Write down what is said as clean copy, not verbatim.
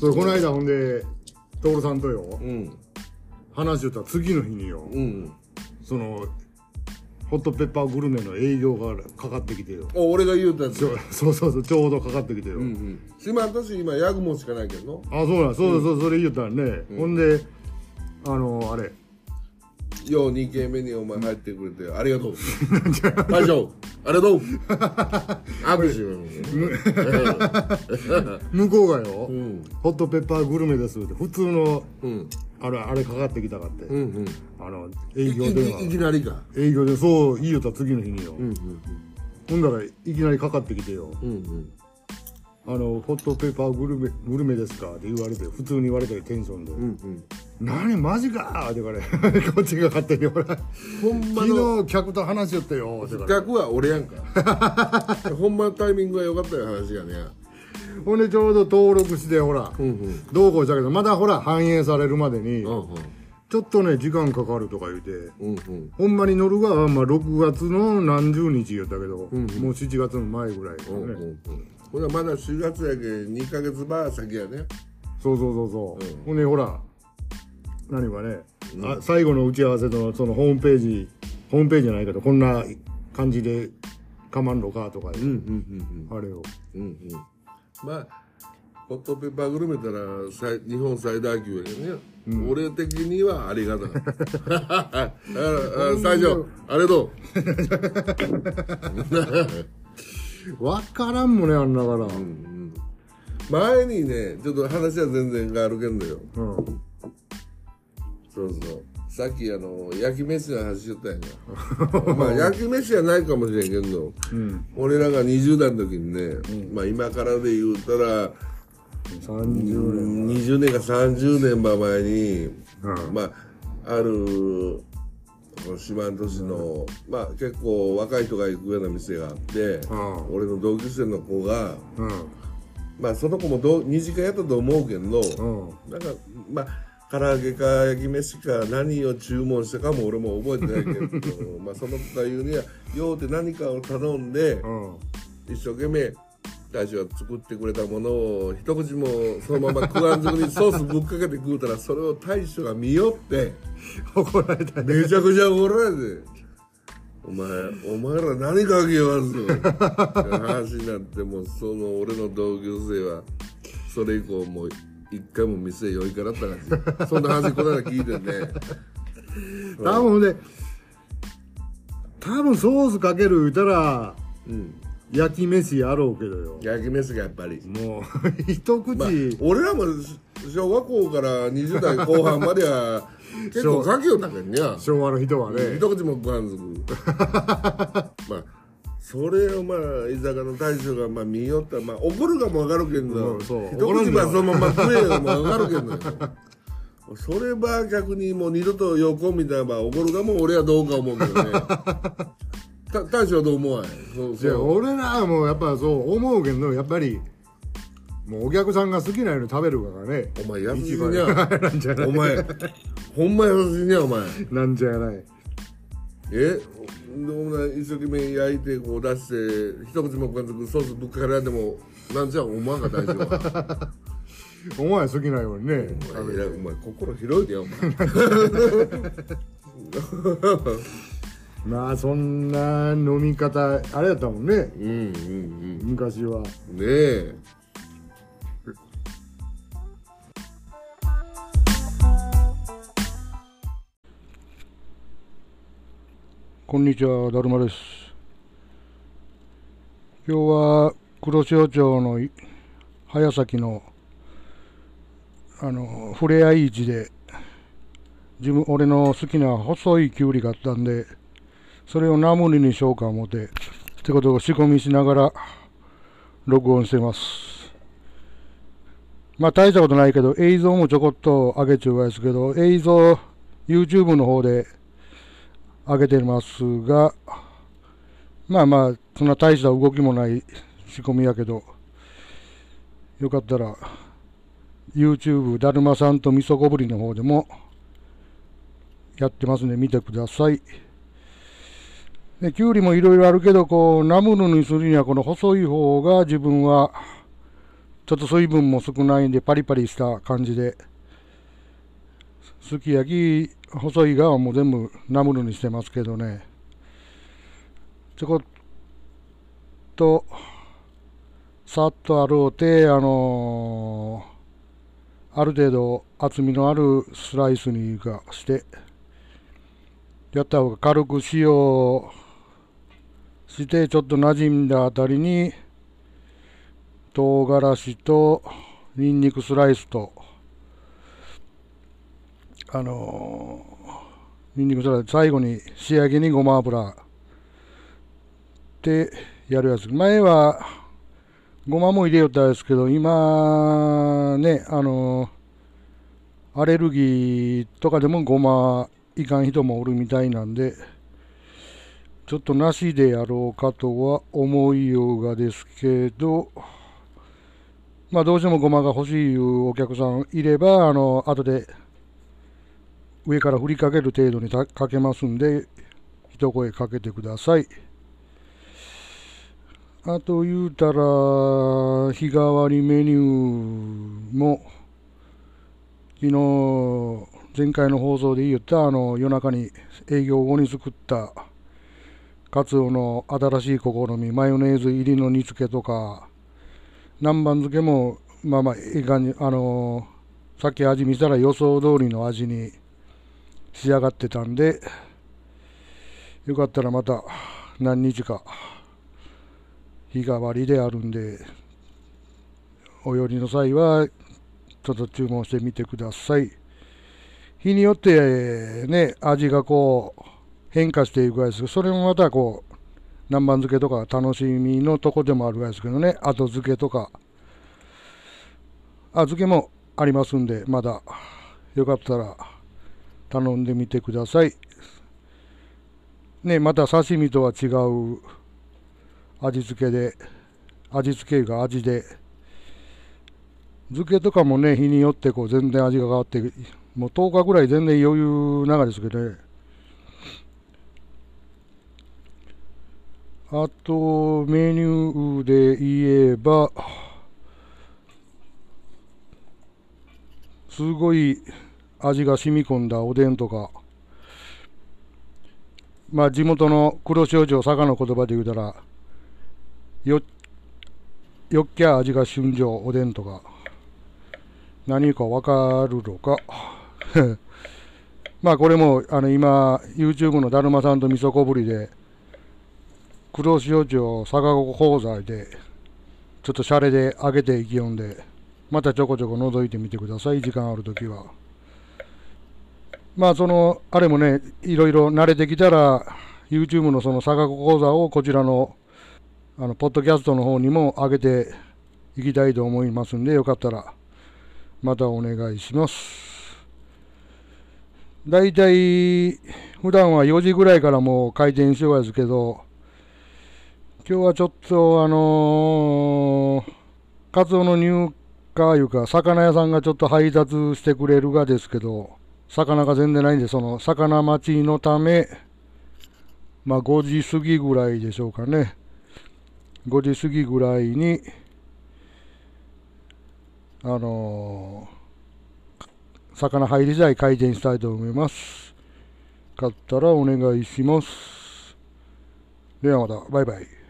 それこの間ほんで徹さんとよ、話しよったら次の日によ、そのホットペッパーグルメの営業がかかってきてよ。 俺が言うたやつ。 そうちょうどかかってきてよ。 四万十市今ヤグモしかないけどの。 あ、そうなんそうそれ言ったらね。ほんであれよう2軒目にお前入ってくれてありがとう。大将ありがとう。握手。 向こうがよ、ホットペッパーグルメですって普通のあれかかってきたかって、営業電話いきなりか営業でそう言いよった次の日によ、ほんだらいきなりかかってきてよ、ホットペッパーグルメですかって言われて普通に言われたりテンションで「何マジか!」って言われこっちが勝手にほら「昨日客と話しよったよ」って客は俺やんか。ほんまのタイミングが良かったよ話がね。 ほんでちょうど登録してほらどうこうしたけどまだほら反映されるまでにちょっとね時間かかるとか言うてほんまに乗るが6月の何十日言ったけどもう7月の前ぐらいからね。 ほらまだ4月やけ2ヶ月ば先やね。 そうほんでほら何かね最後の打ち合わせのそのホームページじゃないけどこんな感じでかまんのかとかあれをまあホットペッパーグルメたら日本最大級やけどね、俺的にはありがたい。最初ありがとう。 わからんもねあんだから、 前にねちょっと話は全然変わるけんだよ、そうさっき焼き飯の話しよったやんか。まあ焼き飯はないかもしれんけど、俺らが20代の時にね、まあ今からで言うたら20年か30年前に、まあある四万十市のまあ結構若い人が行くような店があって、俺の同級生の子が、まあその子も2次会やったと思うけど、なんかまあ唐揚げか焼き飯か何を注文したかも俺も覚えてないけどまあその子が言うにはようって何かを頼んで、一生懸命大将が作ってくれたものを一口もそのまま食わんずにソースぶっかけて食うたらそれを大将が見よって怒られたね。 めちゃくちゃ怒られてお前ら何かけよわずって話になって、もうその俺の同級生はそれ以降もう一回も店酔いからった感じ。そんな話この間聞いてね。 多分ソースかける言うたら、焼き飯やろうけどよ。 焼き飯がやっぱりもう一口、 まあ、俺らも小学校から20代後半までは結構かけよったけんにゃ。 昭和の人はね一口も食わんずくまあそれをまあ居酒屋の大将がまあ見よったらまあ怒るかもわかるけど、一口はそのまま食えよもわかるけどそれば逆にもう二度と横みたいな怒るかも俺はどうか思うけどね。大将はどう思わへん？ 俺らはもうやっぱそう思うけどやっぱりもうお客さんが好きなように食べるからね。 お前優しいにゃお前ほんま優しいにゃお前なんじゃない。 一生懸命焼いてこう出して一口も食わずソースぶっかけられてもなんじゃ思わんか大将は。 お前好きなようにね。 お前心広いでよお前。 まあそんな飲み方あれやったもんね、昔はねえ。こんにちは、だるまです。今日は黒潮町の早崎のふれあい市で俺の好きな細いきゅうりがあったんでそれをナムルにしようか思ってってことを仕込みしながら録音してます。まあ大したことないけど映像もちょこっと上げちゅうがですけど映像 YouTube の方で上げてますがまあまあそんな大した動きもない仕込みやけどよかったら YouTube だるまさんとみそごぶりの方でもやってますんで見てください。できゅうりもいろいろあるけどこうナムルにするにはこの細い方が自分はちょっと水分も少ないんでパリパリした感じで、すき焼き細い側も全部ナムルにしてますけどね、ちょこっとさっと洗うて、ある程度厚みのあるスライスにしてやった方が、軽く塩してちょっと馴染んだあたりに唐辛子とニンニクスライスとニンニクスライス、最後に仕上げにごま油ってやるやつ。前はごまも入れよったんですけど、今ね、アレルギーとかでもごまいかん人もおるみたいなんで、ちょっとなしでやろうかとは思いようがですけど、まあどうしてもごまが欲しいいうお客さんいれば、後で上から振りかける程度にかけますんで、一声かけてください。あと言うたら、日替わりメニューも、昨日、前回の放送で言った夜中に営業後に作ったカツオの新しい試み、マヨネーズ入りの煮付けとか、南蛮漬けも、まあまあ、さっき味見したら予想通りの味に仕上がってたんで、よかったらまた何日か日替わりであるんで、お寄りの際はちょっと注文してみてください。日によってね、味がこう変化していくわけですけど、それもまたこう南蛮漬けとか楽しみのとこでもあるわけですけどね、後漬けとか漬けもありますんで、まだよかったら頼んでみてくださいね。また刺身とは違う味付けで、味で、漬けとかもね、日によってこう全然味が変わって、もう10日ぐらい全然余裕ながらですけどね。あとメニューで言えば、すごい味が染み込んだおでんとか、まあ地元の黒潮町佐賀の言葉で言うたらよっきゃ味が春情おでんとか、何かわかるのかまあこれも今 YouTube のだるまさんとみそこぶりで黒潮町佐賀講座でちょっとシャレで上げていきよんで、またちょこちょこ覗いてみてください、時間あるときは。まああれもね、いろいろ慣れてきたら YouTube のその佐賀講座をこちらのポッドキャストの方にも上げていきたいと思いますんで、よかったらまたお願いします。だいたい普段は4時ぐらいからもう開店しようですけど、今日はちょっとカツオの入荷いうか魚屋さんがちょっと配達してくれるがですけど、魚が全然ないんで、その魚待ちのため、まあ5時過ぎぐらいでしょうかね。5時過ぎぐらいに魚入り次第開店したいと思います。買ったらお願いします。ではまた、バイバイ。